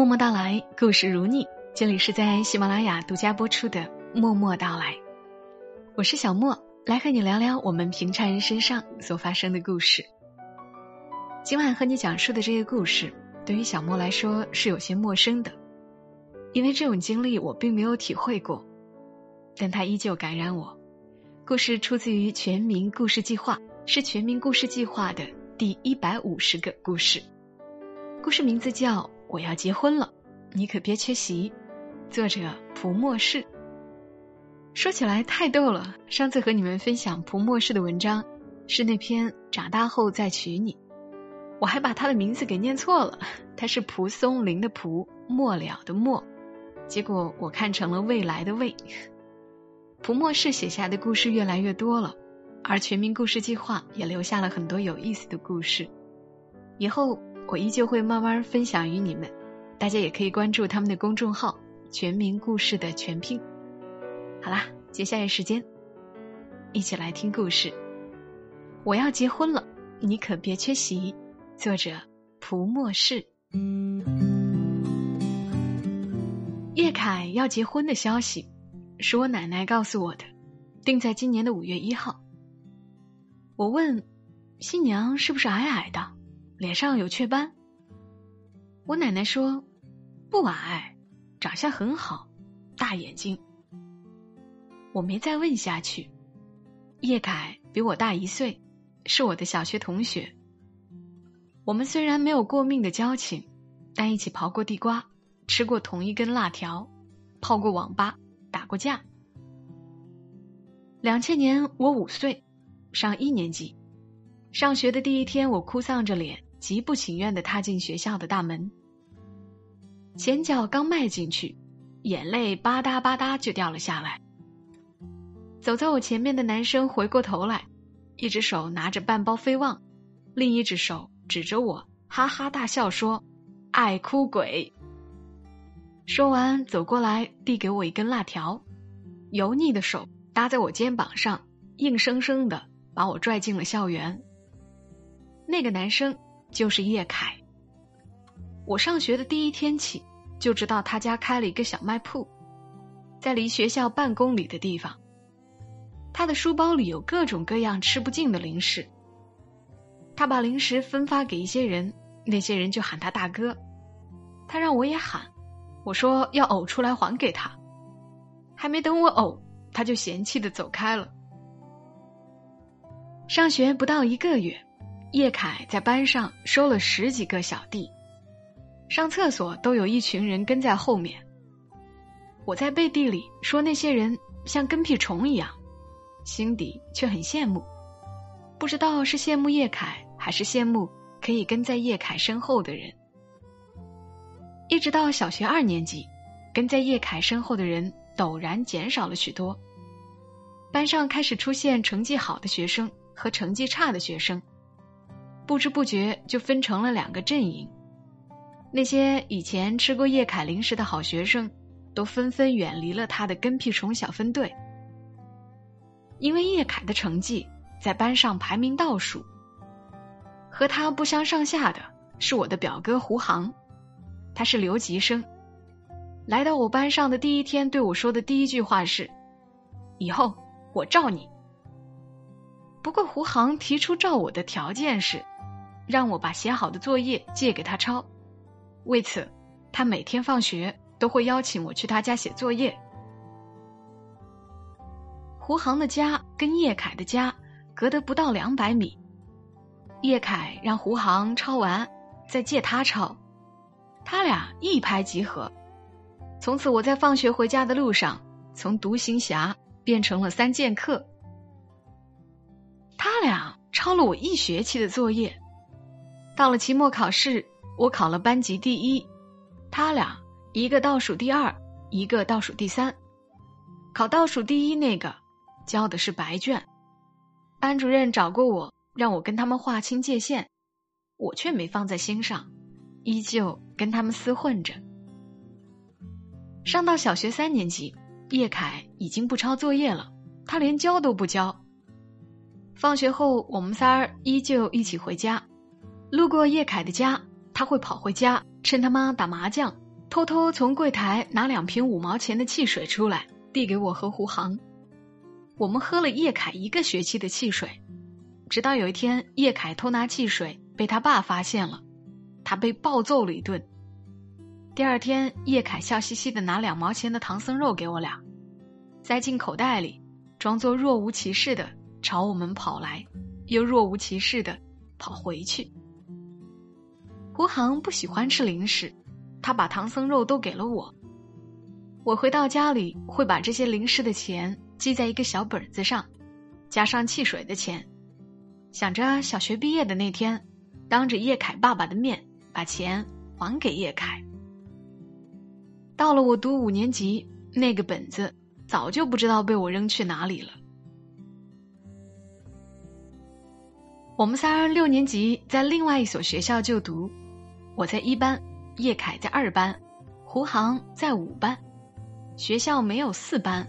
默到来，故事如你。这里是在喜马拉雅独家播出的默默到来，我是小默，来和你聊聊我们平常人身上所发生的故事。今晚和你讲述的这个故事，对于小默来说是有些陌生的，因为这种经历我并没有体会过，但它依旧感染我。故事出自于全民故事计划，是全民故事计划的第150个故事。故事名字叫我要结婚了，你可别缺席，作者蒲默氏。说起来太逗了，上次和你们分享蒲默氏的文章是那篇长大后再娶你，我还把他的名字给念错了，他是蒲松龄的蒲，末了的末，结果我看成了未来的未。蒲默氏写下的故事越来越多了，而全民故事计划也留下了很多有意思的故事，以后我依旧会慢慢分享于你们，大家也可以关注他们的公众号全民故事的全拼。好啦，接下来时间一起来听故事。我要结婚了，你可别缺席，作者蒲默氏。叶凯要结婚的消息是我奶奶告诉我的，定在今年的5月1号。我问新娘是不是矮矮的，脸上有雀斑？我奶奶说不矮，长相很好，大眼睛。我没再问下去。叶凯比我大1岁，是我的小学同学。我们虽然没有过命的交情，但一起刨过地瓜，吃过同一根辣条，泡过网吧，打过架。2000年我5岁，上1年级。上学的第一天，我哭丧着脸，极不情愿地踏进学校的大门。前脚刚迈进去，眼泪吧嗒吧嗒就掉了下来。走在我前面的男生回过头来，一只手拿着半包飞旺，另一只手指着我，哈哈大笑说：“爱哭鬼。”说完走过来递给我一根辣条，油腻的手搭在我肩膀上，硬生生地把我拽进了校园。那个男生就是叶凯。我上学的第一天起就知道他家开了一个小卖铺，在离学校半公里的地方。他的书包里有各种各样吃不尽的零食，他把零食分发给一些人，那些人就喊他大哥。他让我也喊，我说要呕出来还给他，还没等我呕，他就嫌弃地走开了。上学不到1个月，叶凯在班上收了10几个小弟，上厕所都有一群人跟在后面。我在背地里说那些人像跟屁虫一样，心底却很羡慕，不知道是羡慕叶凯，还是羡慕可以跟在叶凯身后的人。一直到小学2年级，跟在叶凯身后的人陡然减少了许多，班上开始出现成绩好的学生和成绩差的学生，不知不觉就分成了2个阵营。那些以前吃过叶凯零食的好学生都纷纷远离了他的跟屁虫小分队。因为叶凯的成绩在班上排名倒数，和他不相上下的是我的表哥胡航，他是留级生。来到我班上的第一天，对我说的第一句话是：以后我罩你。不过胡航提出罩我的条件是让我把写好的作业借给他抄，为此他每天放学都会邀请我去他家写作业。胡航的家跟叶凯的家隔得不到200米，叶凯让胡航抄完再借他抄，他俩一拍即合。从此我在放学回家的路上，从独行侠变成了3剑客。他俩抄了我1学期的作业，到了期末考试，我考了班级第1，他俩一个倒数第2，一个倒数第3。考倒数第1那个交的是白卷，班主任找过我，让我跟他们划清界限，我却没放在心上，依旧跟他们厮混着。上到小学3年级，叶凯已经不抄作业了，他连交都不交。放学后我们仨依旧一起回家，路过叶凯的家，他会跑回家趁他妈打麻将， 偷偷从柜台拿2瓶5毛钱的汽水出来，递给我和胡航。我们喝了叶凯1个学期的汽水，直到有一天叶凯偷拿汽水被他爸发现了，他被暴揍了一顿。第二天叶凯笑嘻嘻地拿2毛钱的唐僧肉给我俩，塞进口袋里，装作若无其事地朝我们跑来，又若无其事地跑回去。胡航不喜欢吃零食，他把唐僧肉都给了我。我回到家里会把这些零食的钱记在一个小本子上，加上汽水的钱，想着小学毕业的那天，当着叶凯爸爸的面把钱还给叶凯。到了我读5年级，那个本子早就不知道被我扔去哪里了。我们仨6年级在另外一所学校就读，我在1班，叶凯在2班，胡航在5班。学校没有4班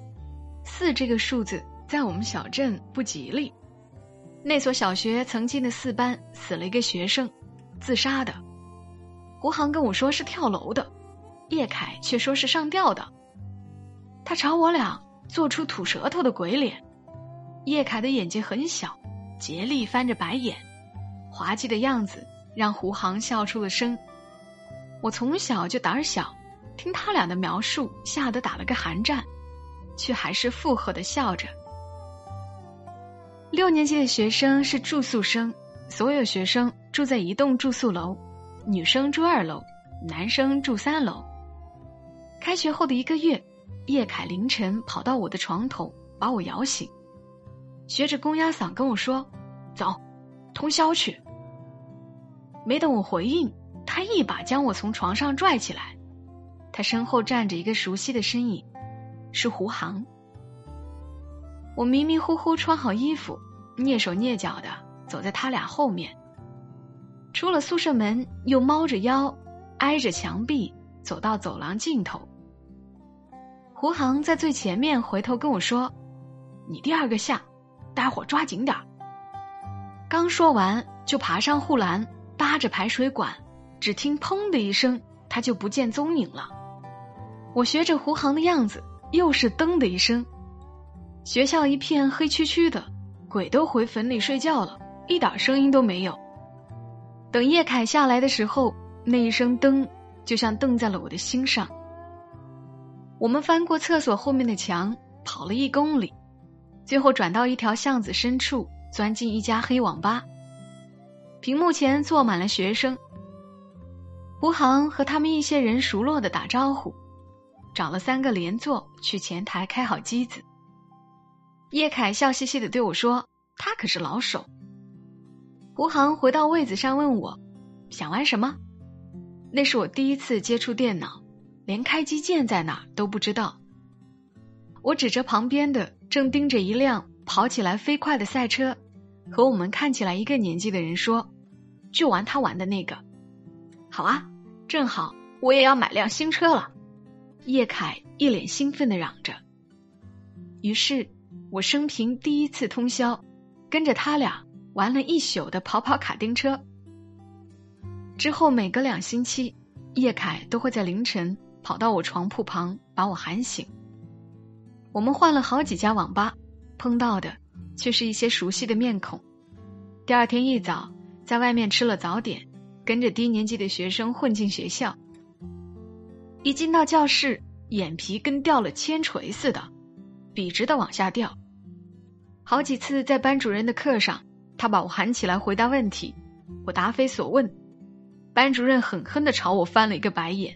，4这个数字在我们小镇不吉利。那所小学曾经的4班死了一个学生，自杀的。胡航跟我说是跳楼的，叶凯却说是上吊的。他朝我俩做出吐舌头的鬼脸，叶凯的眼睛很小，竭力翻着白眼，滑稽的样子让胡航笑出了声。我从小就胆小，听他俩的描述吓得打了个寒战，却还是附和地笑着。6年级的学生是住宿生，所有学生住在一栋住宿楼，女生住2楼，男生住3楼。开学后的1个月，叶凯凌晨跑到我的床头把我摇醒，学着公鸭嗓跟我说：“走，通宵去。”没等我回应，他一把将我从床上拽起来。他身后站着一个熟悉的身影，是胡航。我迷迷糊糊穿好衣服，蹑手蹑脚的走在他俩后面，出了宿舍门，又猫着腰挨着墙壁走到走廊尽头。胡航在最前面回头跟我说：“你第2个下，待会儿抓紧点。”刚说完就爬上护栏，扒着排水管，只听砰的一声，他就不见踪影了。我学着胡航的样子，又是噔的一声，学校一片黑黢黢的，鬼都回坟里睡觉了，一点声音都没有。等叶凯下来的时候，那一声噔就像蹬在了我的心上。我们翻过厕所后面的墙，跑了1公里，最后转到一条巷子深处，钻进一家黑网吧。屏幕前坐满了学生，胡航和他们一些人熟络地打招呼，找了3个连座去前台开好机子。叶凯笑嘻嘻地对我说：“他可是老手。”胡航回到位子上问我：“想玩什么？”那是我第一次接触电脑，连开机键在哪都不知道。我指着旁边的正盯着一辆跑起来飞快的赛车，和我们看起来1个年纪的人说：“就玩他玩的那个。”“好啊，正好我也要买辆新车了。”叶凯一脸兴奋地嚷着。于是我生平第1次通宵，跟着他俩玩了1宿的跑跑卡丁车。之后每隔2星期，叶凯都会在凌晨跑到我床铺旁把我喊醒。我们换了好几家网吧，碰到的却是一些熟悉的面孔。第2天一早，在外面吃了早点，跟着低年级的学生混进学校。一进到教室，眼皮跟掉了铅锤似的，笔直的往下掉。好几次在班主任的课上，他把我喊起来回答问题，我答非所问，班主任狠狠地朝我翻了一个白眼。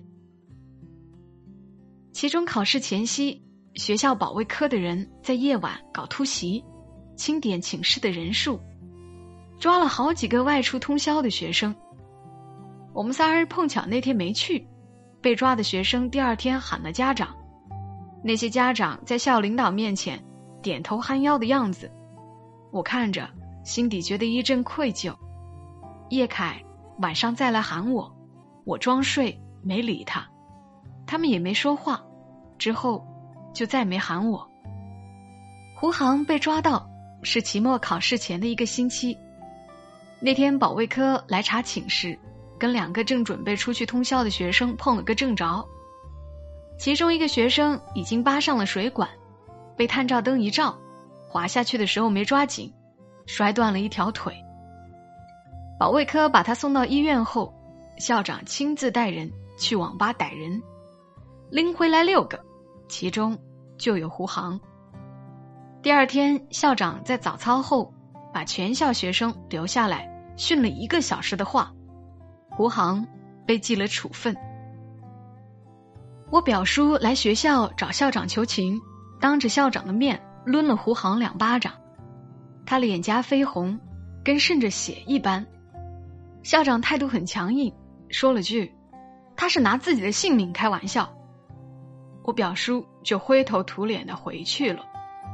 期中考试前夕，学校保卫科的人在夜晚搞突袭，清点寝室的人数，抓了好几个外出通宵的学生。我们仨人碰巧那天没去，被抓的学生第2天喊了家长。那些家长在校领导面前点头憨腰的样子，我看着心底觉得一阵愧疚。叶凯晚上再来喊我，我装睡没理他，他们也没说话，之后就再没喊我。胡航被抓到是期末考试前的1个星期，那天保卫科来查寝室， 跟2个正准备出去通宵的学生碰了个正着。其中一个学生已经扒上了水管，被探照灯一照，滑下去的时候没抓紧，摔断了一条腿。保卫科把他送到医院后，校长亲自带人去网吧逮人，拎回来6个，其中就有胡航。第二天，校长在早操后把全校学生留下来训了1个小时的话，胡航被记了处分。我表叔来学校找校长求情，当着校长的面抡了胡航2巴掌，他脸颊绯红，跟渗着血一般。校长态度很强硬，说了句他是拿自己的性命开玩笑，我表叔就灰头土脸地回去了。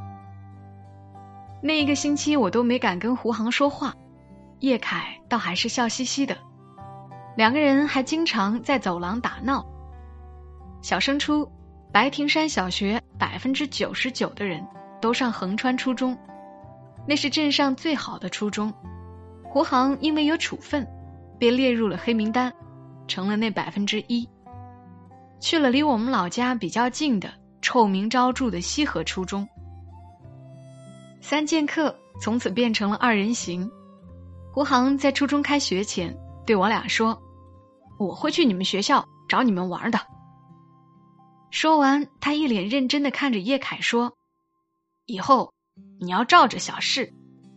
那1个星期我都没敢跟胡航说话，叶凯倒还是笑嘻嘻的，2个人还经常在走廊打闹。小升初，白庭山小学99%的人都上横川初中，那是镇上最好的初中。胡航因为有处分，被列入了黑名单，成了那1%，去了离我们老家比较近的臭名昭著的西河初中。3剑客从此变成了2人行。胡航在初中开学前对我俩说，我会去你们学校找你们玩的。说完，他一脸认真地看着叶凯说，以后你要照着小事。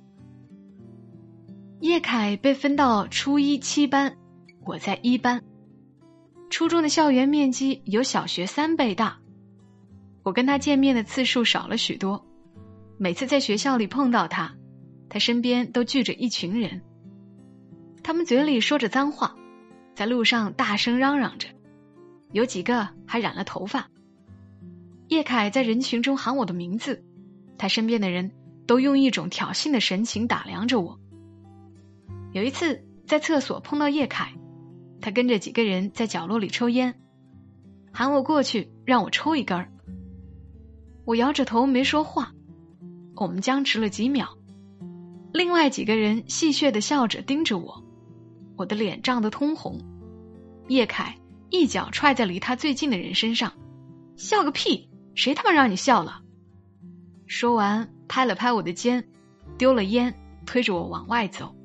叶凯被分到初1 7班，我在1班。初中的校园面积有小学3倍大，我跟他见面的次数少了许多，每次在学校里碰到他，他身边都聚着一群人，他们嘴里说着脏话，在路上大声嚷嚷着，有几个还染了头发。叶凯在人群中喊我的名字，他身边的人都用一种挑衅的神情打量着我。有一次在厕所碰到叶凯，他跟着几个人在角落里抽烟，喊我过去让我抽一根。我摇着头没说话，我们僵持了几秒，另外几个人戏谑地笑着盯着我，我的脸涨得通红。叶凯一脚踹在离他最近的人身上，笑个屁，谁他妈让你笑了？说完拍了拍我的肩，丢了烟，推着我往外走。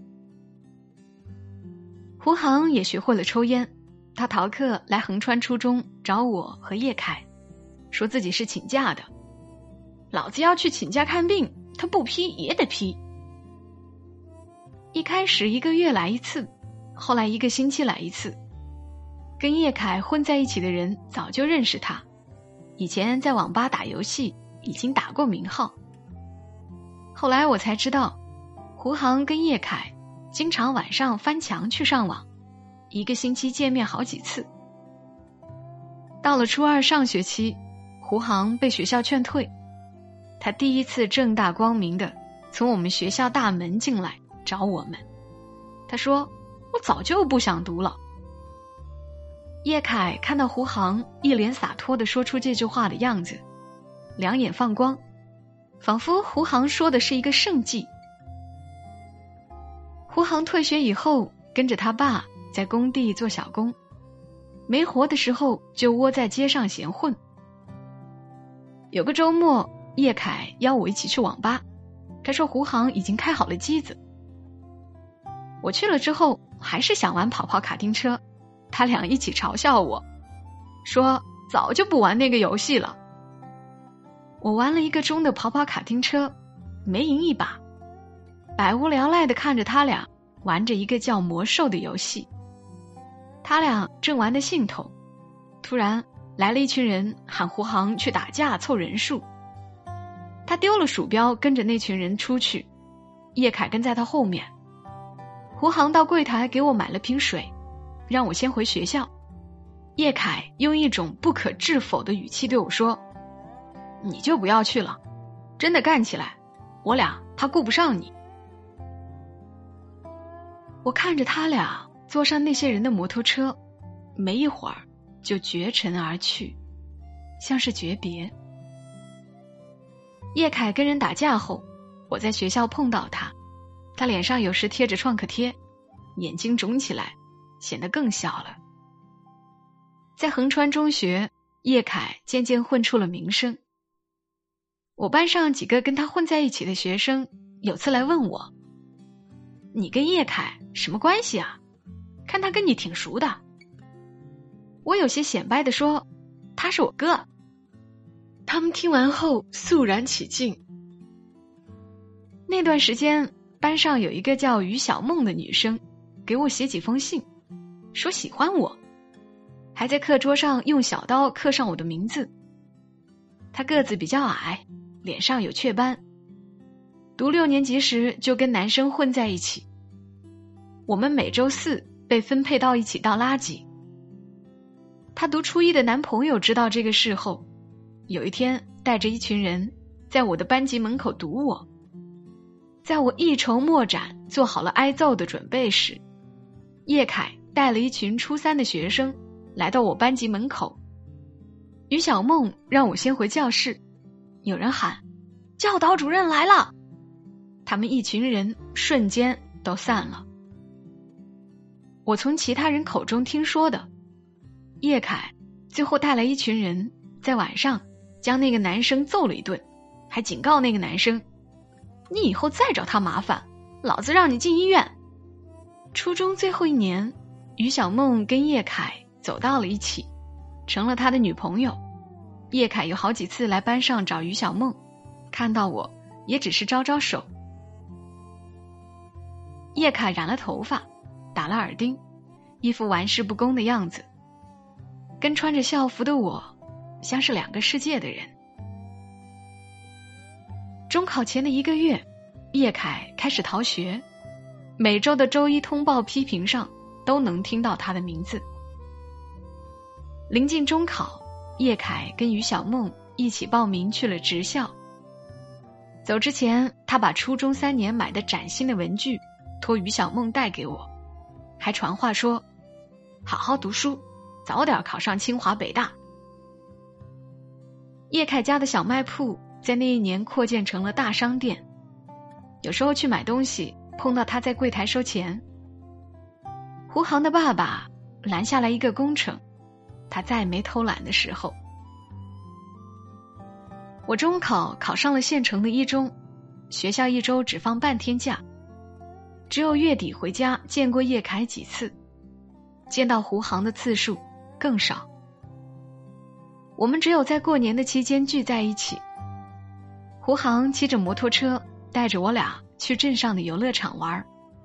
胡航也学会了抽烟，他逃课来横川初中找我和叶凯，说自己是请假的，老子要去请假看病，他不批也得批。一开始1个月来1次，后来1个星期来1次。跟叶凯混在一起的人早就认识他，以前在网吧打游戏已经打过名号。后来我才知道，胡航跟叶凯经常晚上翻墙去上网，1个星期见面好几次。到了初2上学期，胡航被学校劝退，他第一次正大光明的从我们学校大门进来找我们。他说，我早就不想读了。叶凯看到胡航一脸洒脱地说出这句话的样子，两眼放光，仿佛胡航说的是一个圣迹。胡航退学以后跟着他爸在工地做小工，没活的时候就窝在街上闲混。有个周末，叶凯邀我一起去网吧，他说胡航已经开好了机子。我去了之后还是想玩跑跑卡丁车，他俩一起嘲笑我，说早就不玩那个游戏了。我玩了1个钟的跑跑卡丁车，没赢一把，百无聊赖地看着他俩玩着一个叫魔兽的游戏。他俩正玩得兴头，突然来了一群人喊胡航去打架凑人数。他丢了鼠标跟着那群人出去，叶凯跟在他后面。胡航到柜台给我买了瓶水，让我先回学校。叶凯用一种不可置否的语气对我说，你就不要去了，真的干起来我俩怕顾不上你。我看着他俩坐上那些人的摩托车，没一会儿就绝尘而去，像是诀别。叶凯跟人打架后，我在学校碰到他，他脸上有时贴着创可贴，眼睛肿起来， 显得更小了。在横川中学，叶凯渐渐混出了名声。我班上几个跟他混在一起的学生有次来问我，你跟叶凯什么关系啊？看他跟你挺熟的。我有些显摆地说，他是我哥。他们听完后肃然起敬。那段时间班上有一个叫于小梦的女生给我写几封信，说喜欢我，还在课桌上用小刀刻上我的名字。她个子比较矮，脸上有雀斑，读6年级时就跟男生混在一起。我们每周4被分配到一起倒垃圾。她读初1的男朋友知道这个事后，有一天带着一群人在我的班级门口堵我。在我一筹莫展做好了挨揍的准备时，叶凯带了一群初3的学生来到我班级门口。于小梦让我先回教室，有人喊教导主任来了，他们一群人瞬间都散了。我从其他人口中听说的，叶凯最后带来一群人在晚上将那个男生揍了一顿，还警告那个男生，你以后再找他麻烦，老子让你进医院。初中最后1年，于小梦跟叶凯走到了一起，成了他的女朋友。叶凯有好几次来班上找于小梦，看到我也只是招招手。叶凯染了头发，打了耳钉，一副玩世不恭的样子，跟穿着校服的我像是2个世界的人。中考前的1个月，叶凯开始逃学，每周的周1通报批评上都能听到他的名字。临近中考，叶凯跟于小梦一起报名去了职校。走之前，他把初中3年买的崭新的文具托于小梦带给我，还传话说好好读书，早点考上清华北大。叶凯家的小卖铺在那1年扩建成了大商店，有时候去买东西碰到他在柜台收钱。胡航的爸爸拦下来一个工程，他再没偷懒的时候。我中考考上了县城的一中，学校1周只放半天假，只有月底回家见过叶凯几次，见到胡航的次数更少。我们只有在过年的期间聚在一起。胡航骑着摩托车带着我俩去镇上的游乐场玩。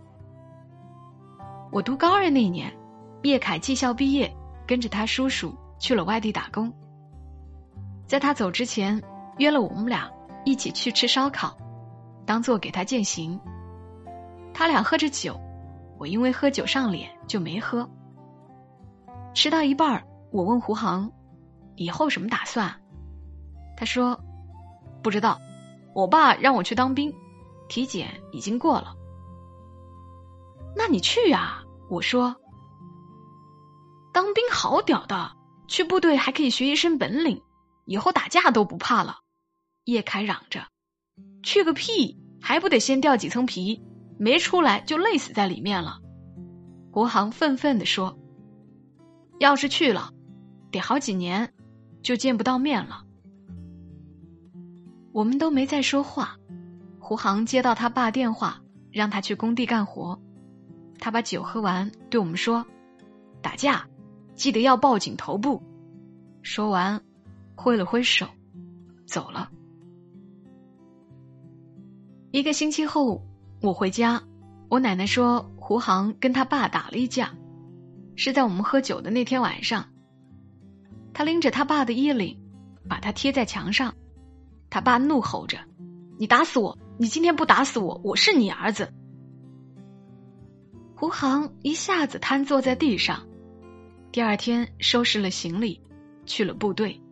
我读高2那年，叶凯技校毕业，跟着他叔叔去了外地打工。在他走之前，约了我们俩一起去吃烧烤，当作给他践行。他俩喝着酒，我因为喝酒上脸就没喝。吃到一半，我问胡航以后什么打算？他说不知道，我爸让我去当兵，体检已经过了。那你去啊，我说。当兵好屌的，去部队还可以学一身本领，以后打架都不怕了。叶凯嚷着，去个屁，还不得先掉几层皮，没出来就累死在里面了。胡航愤愤地说，要是去了，得好几年就见不到面了。我们都没再说话。胡航接到他爸电话，让他去工地干活。他把酒喝完，对我们说，打架记得要抱紧头部。说完挥了挥手走了。1个星期后，我回家，我奶奶说胡航跟他爸打了一架，是在我们喝酒的那天晚上。他拎着他爸的衣领，把他贴在墙上。他爸怒吼着，你打死我，你今天不打死我，我是你儿子。胡航一下子瘫坐在地上。第2天收拾了行李，去了部队。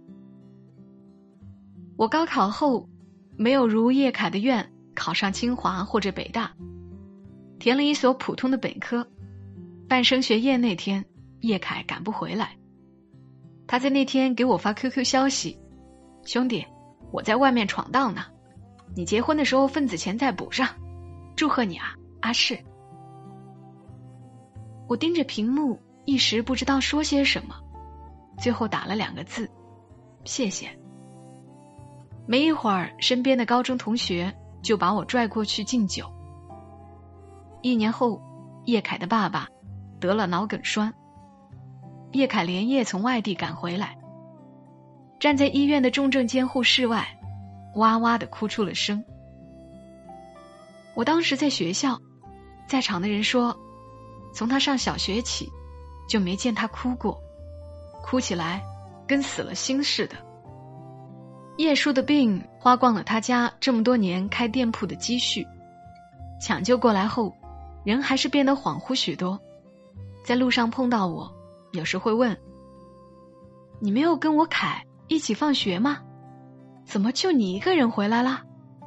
我高考后没有如叶凯的愿考上清华或者北大，填了一所普通的本科。办升学宴那天，叶凯赶不回来。他在那天给我发 QQ 消息，兄弟，我在外面闯荡呢，你结婚的时候份子钱再补上，祝贺你啊，阿世。 我盯着屏幕，一时不知道说些什么，最后打了2个字：谢谢。没一会儿，身边的高中同学就把我拽过去敬酒。1年后，叶凯的爸爸得了脑梗栓，叶凯连夜从外地赶回来，站在医院的重症监护室外，哇哇地哭出了声。我当时在学校，在场的人说，从他上小学起就没见他哭过，哭起来跟死了心似的。叶叔的病花光了他家这么多年开店铺的积蓄，抢救过来后，人还是变得恍惚许多。在路上碰到我，有时会问：你没有跟我凯一起放学吗？怎么就你一个人回来啦？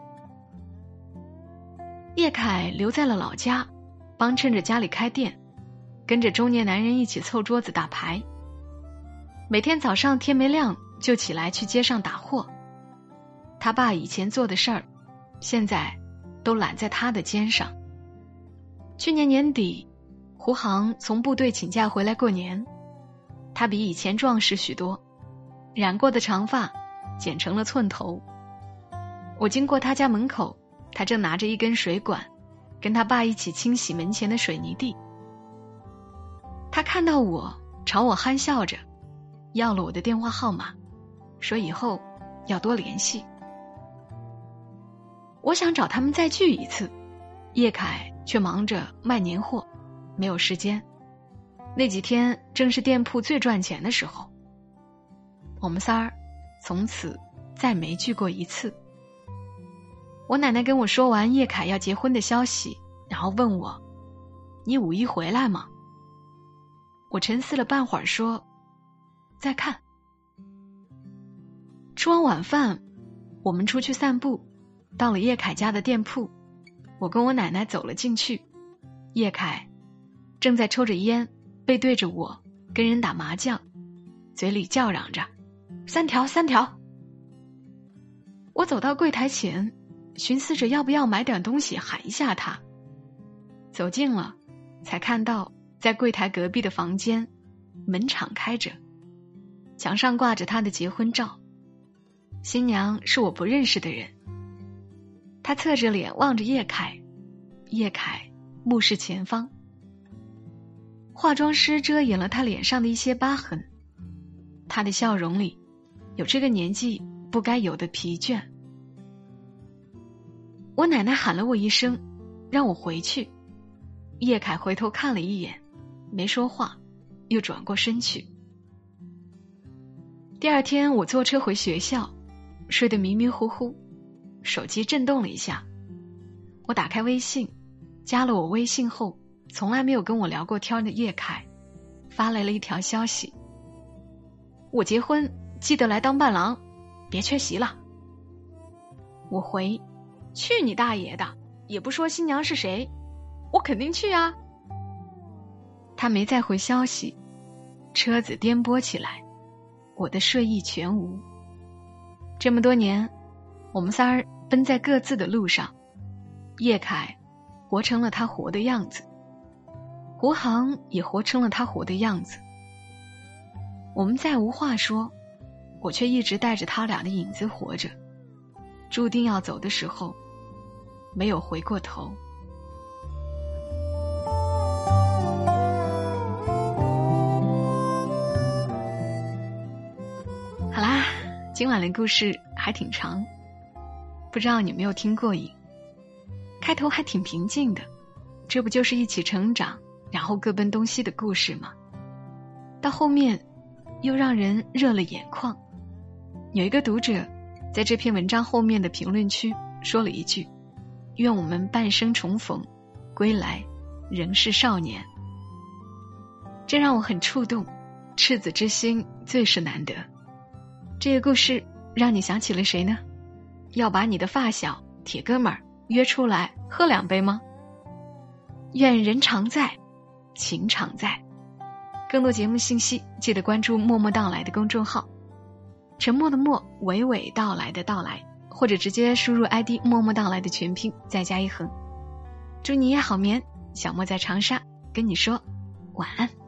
叶凯留在了老家，帮衬着家里开店，跟着中年男人一起凑桌子打牌。每天早上天没亮就起来去街上打货。他爸以前做的事儿，现在都揽在他的肩上。去年年底，胡航从部队请假回来过年，他比以前壮实许多，染过的长发剪成了寸头。我经过他家门口，他正拿着一根水管跟他爸一起清洗门前的水泥地。他看到我，朝我憨笑着，要了我的电话号码，说以后要多联系。我想找他们再聚一次，叶凯却忙着卖年货，没有时间。那几天正是店铺最赚钱的时候。我们仨从此再没聚过一次。我奶奶跟我说完叶凯要结婚的消息，然后问我：你5一回来吗？我沉思了半会儿说：再看。吃完晚饭，我们出去散步，到了叶凯家的店铺，我跟我奶奶走了进去。叶凯正在抽着烟，背对着我跟人打麻将，嘴里叫嚷着3条3条。我走到柜台前，寻思着要不要买点东西喊一下他。走近了，才看到在柜台隔壁的房间门敞开着，墙上挂着他的结婚照，新娘是我不认识的人。他侧着脸望着叶凯，叶凯目视前方，化妆师遮掩了他脸上的一些疤痕，他的笑容里有这个年纪不该有的疲倦。我奶奶喊了我一声，让我回去。叶凯回头看了一眼，没说话，又转过身去。第二天我坐车回学校，睡得迷迷糊糊，手机震动了一下。我打开微信，加了我微信后从来没有跟我聊过天的叶凯发来了一条消息：我结婚记得来当伴郎，别缺席了。我回：去你大爷的，也不说新娘是谁，我肯定去啊。他没再回消息，车子颠簸起来，我的睡意全无。这么多年，我们仨儿奔在各自的路上，叶凯活成了他活的样子，胡航也活成了他活的样子。我们再无话说，我却一直带着他俩的影子活着，注定要走的时候没有回过头。好啦，今晚的故事还挺长，不知道你有没有听过瘾。开头还挺平静的，这不就是一起成长，然后各奔东西的故事吗？到后面又让人热了眼眶。有一个读者在这篇文章后面的评论区说了一句：愿我们半生重逢，归来仍是少年。这让我很触动，赤子之心最是难得。这个故事让你想起了谁呢？要把你的发小铁哥们儿约出来喝2杯吗？愿人常在，情常在。更多节目信息记得关注默默到来的公众号，沉默的默，娓娓道来的到来，或者直接输入 ID 默默到来的全拼再加1横。祝你也好眠，小莫在长沙跟你说晚安。